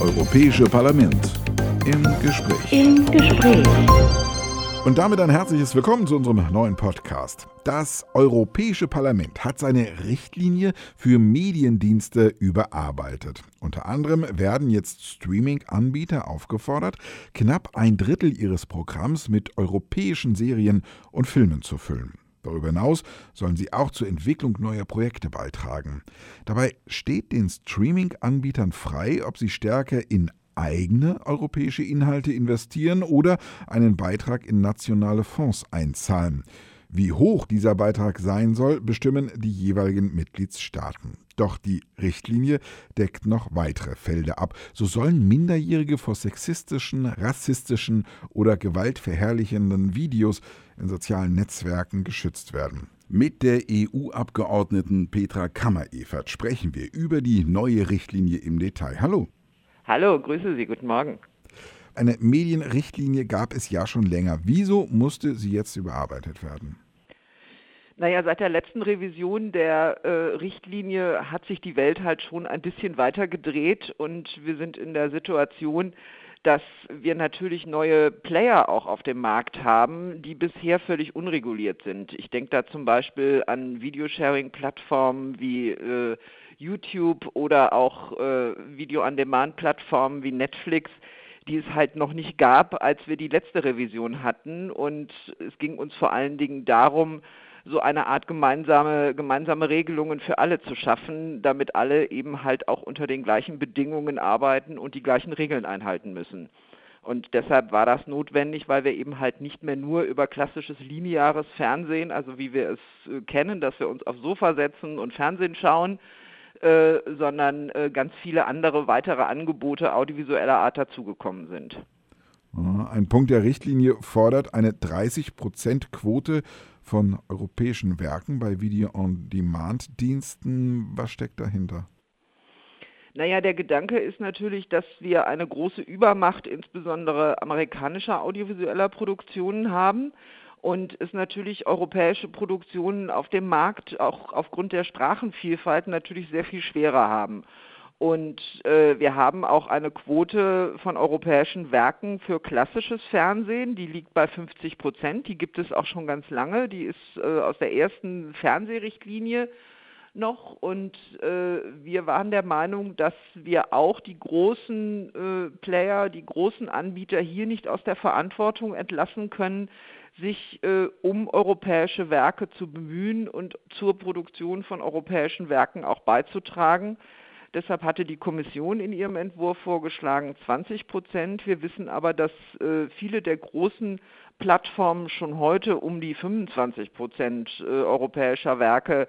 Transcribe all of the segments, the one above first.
Europäische Parlament im Gespräch. Und damit ein herzliches Willkommen zu unserem neuen Podcast. Das Europäische Parlament hat seine Richtlinie für Mediendienste überarbeitet. Unter anderem werden jetzt Streaming-Anbieter aufgefordert, knapp ein Drittel ihres Programms mit europäischen Serien und Filmen zu füllen. Darüber hinaus sollen sie auch zur Entwicklung neuer Projekte beitragen. Dabei steht den Streaming-Anbietern frei, ob sie stärker in eigene europäische Inhalte investieren oder einen Beitrag in nationale Fonds einzahlen. Wie hoch dieser Beitrag sein soll, bestimmen die jeweiligen Mitgliedstaaten. Doch die Richtlinie deckt noch weitere Felder ab. So sollen Minderjährige vor sexistischen, rassistischen oder gewaltverherrlichenden Videos in sozialen Netzwerken geschützt werden. Mit der EU-Abgeordneten Petra Kammer-Evert sprechen wir über die neue Richtlinie im Detail. Hallo. Hallo, grüße Sie, guten Morgen. Eine Medienrichtlinie gab es ja schon länger. Wieso musste sie jetzt überarbeitet werden? Naja, seit der letzten Revision der Richtlinie hat sich die Welt halt schon ein bisschen weiter gedreht und wir sind in der Situation, dass wir natürlich neue Player auch auf dem Markt haben, die bisher völlig unreguliert sind. Ich denke da zum Beispiel an Videosharing-Plattformen wie YouTube oder auch Video-on-Demand-Plattformen wie Netflix, die es halt noch nicht gab, als wir die letzte Revision hatten. Und es ging uns vor allen Dingen darum, so eine Art gemeinsame Regelungen für alle zu schaffen, damit alle eben halt auch unter den gleichen Bedingungen arbeiten und die gleichen Regeln einhalten müssen. Und deshalb war das notwendig, weil wir eben halt nicht mehr nur über klassisches lineares Fernsehen, also wie wir es kennen, dass wir uns aufs Sofa setzen und Fernsehen schauen, sondern ganz viele andere weitere Angebote audiovisueller Art dazugekommen sind. Ein Punkt der Richtlinie fordert eine 30%-Quote von europäischen Werken bei Video-on-Demand-Diensten. Was steckt dahinter? Naja, der Gedanke ist natürlich, dass wir eine große Übermacht insbesondere amerikanischer audiovisueller Produktionen haben und es natürlich europäische Produktionen auf dem Markt auch aufgrund der Sprachenvielfalt natürlich sehr viel schwerer haben. Und wir haben auch eine Quote von europäischen Werken für klassisches Fernsehen, die liegt bei 50%, die gibt es auch schon ganz lange, die ist aus der ersten Fernsehrichtlinie noch und wir waren der Meinung, dass wir auch die großen Player, die großen Anbieter hier nicht aus der Verantwortung entlassen können, sich um europäische Werke zu bemühen und zur Produktion von europäischen Werken auch beizutragen. Deshalb hatte die Kommission in ihrem Entwurf vorgeschlagen 20%. Wir wissen aber, dass viele der großen Plattformen schon heute um die 25% europäischer Werke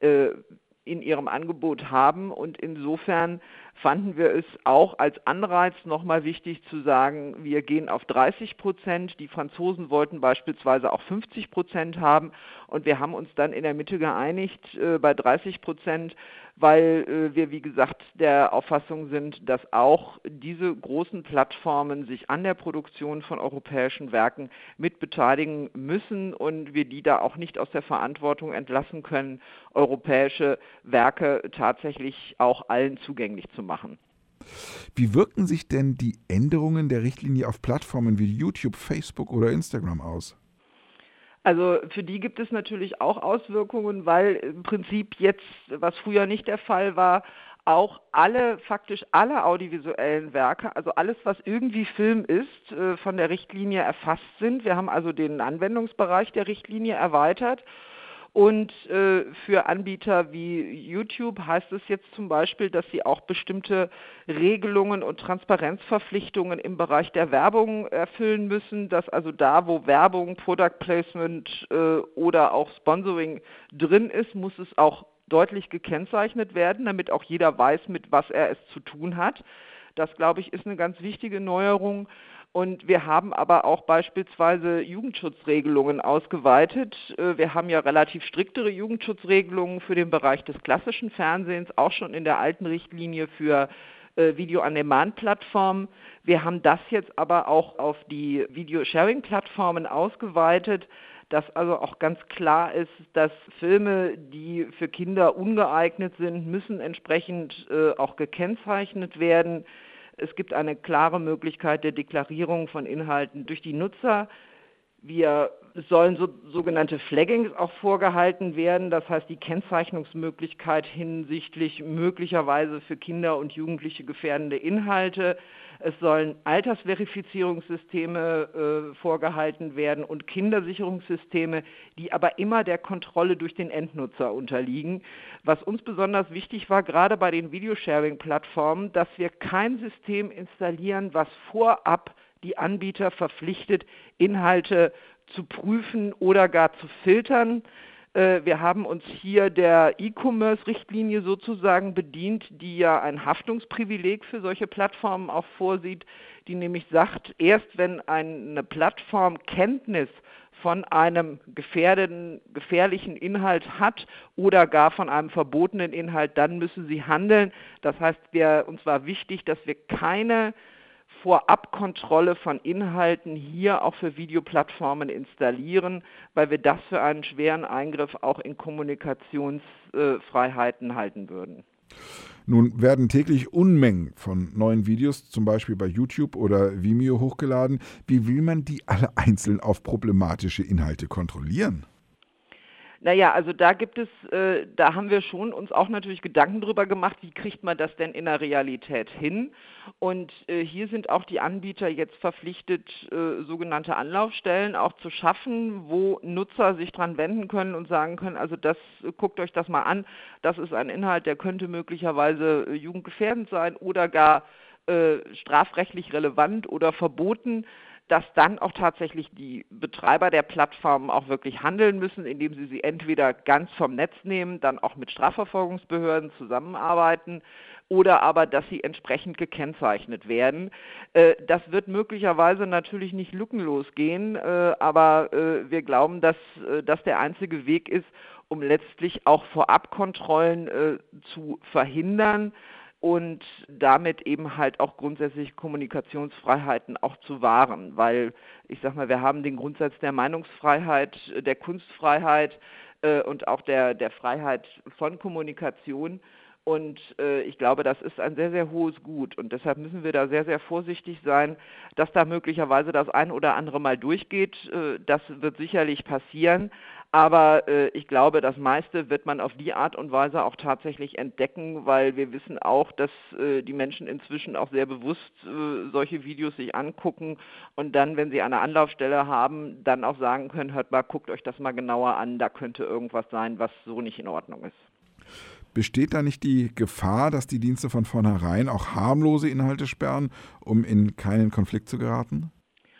in ihrem Angebot haben und insofern fanden wir es auch als Anreiz nochmal wichtig zu sagen, wir gehen auf 30%, die Franzosen wollten beispielsweise auch 50% haben und wir haben uns dann in der Mitte geeinigt bei 30%, weil wir wie gesagt der Auffassung sind, dass auch diese großen Plattformen sich an der Produktion von europäischen Werken mit beteiligen müssen und wir die da auch nicht aus der Verantwortung entlassen können, europäische Werke tatsächlich auch allen zugänglich zu machen. Wie wirken sich denn die Änderungen der Richtlinie auf Plattformen wie YouTube, Facebook oder Instagram aus? Also für die gibt es natürlich auch Auswirkungen, weil im Prinzip jetzt, was früher nicht der Fall war, auch faktisch alle audiovisuellen Werke, also alles, was irgendwie Film ist, von der Richtlinie erfasst sind. Wir haben also den Anwendungsbereich der Richtlinie erweitert. Und für Anbieter wie YouTube heißt es jetzt zum Beispiel, dass sie auch bestimmte Regelungen und Transparenzverpflichtungen im Bereich der Werbung erfüllen müssen, dass also da, wo Werbung, Product Placement oder auch Sponsoring drin ist, muss es auch deutlich gekennzeichnet werden, damit auch jeder weiß, mit was er es zu tun hat. Das, glaube ich, ist eine ganz wichtige Neuerung. Und wir haben aber auch beispielsweise Jugendschutzregelungen ausgeweitet. Wir haben ja relativ striktere Jugendschutzregelungen für den Bereich des klassischen Fernsehens, auch schon in der alten Richtlinie für Video-on-Demand-Plattformen. Wir haben das jetzt aber auch auf die Video-Sharing-Plattformen ausgeweitet, dass also auch ganz klar ist, dass Filme, die für Kinder ungeeignet sind, müssen entsprechend auch gekennzeichnet werden. Es gibt eine klare Möglichkeit der Deklarierung von Inhalten durch die Nutzer. Es sollen sogenannte Flaggings auch vorgehalten werden, das heißt die Kennzeichnungsmöglichkeit hinsichtlich möglicherweise für Kinder und Jugendliche gefährdende Inhalte. Es sollen Altersverifizierungssysteme vorgehalten werden und Kindersicherungssysteme, die aber immer der Kontrolle durch den Endnutzer unterliegen. Was uns besonders wichtig war, gerade bei den Videosharing-Plattformen, dass wir kein System installieren, was vorab die Anbieter verpflichtet, Inhalte zu prüfen oder gar zu filtern. Wir haben uns hier der E-Commerce-Richtlinie sozusagen bedient, die ja ein Haftungsprivileg für solche Plattformen auch vorsieht, die nämlich sagt, erst wenn eine Plattform Kenntnis von einem gefährlichen Inhalt hat oder gar von einem verbotenen Inhalt, dann müssen sie handeln. Das heißt, uns war wichtig, dass wir keine Vorabkontrolle von Inhalten hier auch für Videoplattformen installieren, weil wir das für einen schweren Eingriff auch in Kommunikationsfreiheiten halten würden. Nun werden täglich Unmengen von neuen Videos, zum Beispiel bei YouTube oder Vimeo, hochgeladen. Wie will man die alle einzeln auf problematische Inhalte kontrollieren? Naja, also da haben wir schon uns auch natürlich Gedanken drüber gemacht, wie kriegt man das denn in der Realität hin? Und hier sind auch die Anbieter jetzt verpflichtet, sogenannte Anlaufstellen auch zu schaffen, wo Nutzer sich dran wenden können und sagen können, also guckt euch das mal an, das ist ein Inhalt, der könnte möglicherweise jugendgefährdend sein oder gar strafrechtlich relevant oder verboten, dass dann auch tatsächlich die Betreiber der Plattformen auch wirklich handeln müssen, indem sie entweder ganz vom Netz nehmen, dann auch mit Strafverfolgungsbehörden zusammenarbeiten oder aber, dass sie entsprechend gekennzeichnet werden. Das wird möglicherweise natürlich nicht lückenlos gehen, aber wir glauben, dass das der einzige Weg ist, um letztlich auch Vorabkontrollen zu verhindern und damit eben halt auch grundsätzlich Kommunikationsfreiheiten auch zu wahren, weil ich sag mal, wir haben den Grundsatz der Meinungsfreiheit, der Kunstfreiheit und auch der Freiheit von Kommunikation und ich glaube, das ist ein sehr, sehr hohes Gut und deshalb müssen wir da sehr, sehr vorsichtig sein, dass da möglicherweise das ein oder andere mal durchgeht, das wird sicherlich passieren. Aber ich glaube, das meiste wird man auf die Art und Weise auch tatsächlich entdecken, weil wir wissen auch, dass die Menschen inzwischen auch sehr bewusst solche Videos sich angucken und dann, wenn sie eine Anlaufstelle haben, dann auch sagen können, hört mal, guckt euch das mal genauer an, da könnte irgendwas sein, was so nicht in Ordnung ist. Besteht da nicht die Gefahr, dass die Dienste von vornherein auch harmlose Inhalte sperren, um in keinen Konflikt zu geraten?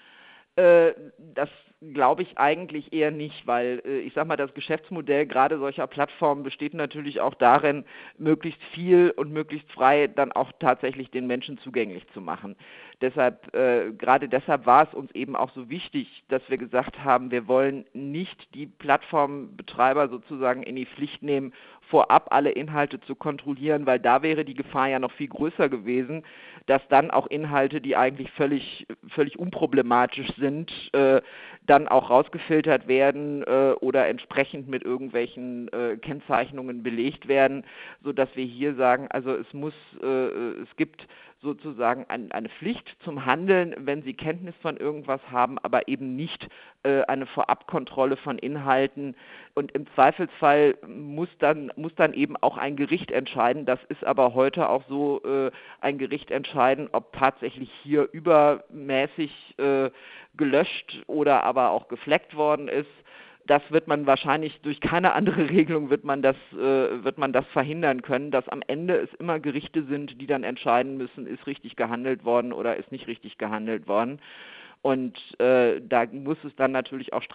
Das glaube ich eigentlich eher nicht, weil ich sag mal, das Geschäftsmodell gerade solcher Plattformen besteht natürlich auch darin, möglichst viel und möglichst frei dann auch tatsächlich den Menschen zugänglich zu machen. Gerade deshalb war es uns eben auch so wichtig, dass wir gesagt haben, wir wollen nicht die Plattformbetreiber sozusagen in die Pflicht nehmen, vorab alle Inhalte zu kontrollieren, weil da wäre die Gefahr ja noch viel größer gewesen, dass dann auch Inhalte, die eigentlich völlig unproblematisch sind, dann auch rausgefiltert werden oder entsprechend mit irgendwelchen Kennzeichnungen belegt werden, sodass wir hier sagen, also es gibt sozusagen eine Pflicht zum Handeln, wenn Sie Kenntnis von irgendwas haben, aber eben nicht eine Vorabkontrolle von Inhalten. Und im Zweifelsfall muss dann eben auch ein Gericht entscheiden. Das ist aber heute auch so, ein Gericht entscheiden, ob tatsächlich hier übermäßig gelöscht oder aber auch gefleckt worden ist. Das wird man wahrscheinlich durch keine andere Regelung wird man das verhindern können, dass am Ende es immer Gerichte sind, die dann entscheiden müssen, ist richtig gehandelt worden oder ist nicht richtig gehandelt worden. Und da muss es dann natürlich auch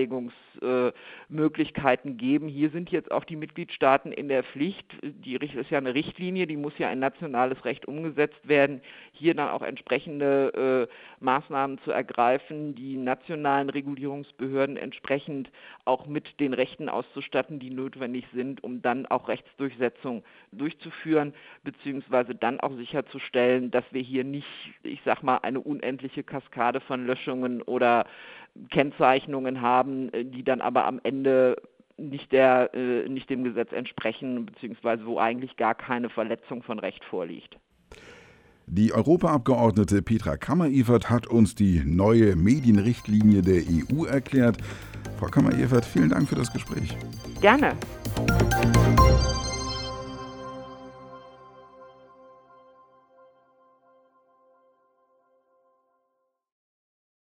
Streitbeilegungsmöglichkeiten geben. Hier sind jetzt auch die Mitgliedstaaten in der Pflicht. Die ist ja eine Richtlinie, die muss ja in nationales Recht umgesetzt werden. Hier dann auch entsprechende Maßnahmen zu ergreifen, die nationalen Regulierungsbehörden entsprechend auch mit den Rechten auszustatten, die notwendig sind, um dann auch Rechtsdurchsetzung durchzuführen, beziehungsweise dann auch sicherzustellen, dass wir hier nicht, ich sag mal, eine unendliche Kaskade von Löschungen oder Kennzeichnungen haben, die dann aber am Ende nicht dem Gesetz entsprechen, beziehungsweise wo eigentlich gar keine Verletzung von Recht vorliegt. Die Europaabgeordnete Petra Kammer-Evert hat uns die neue Medienrichtlinie der EU erklärt. Frau Kammer-Evert, vielen Dank für das Gespräch. Gerne.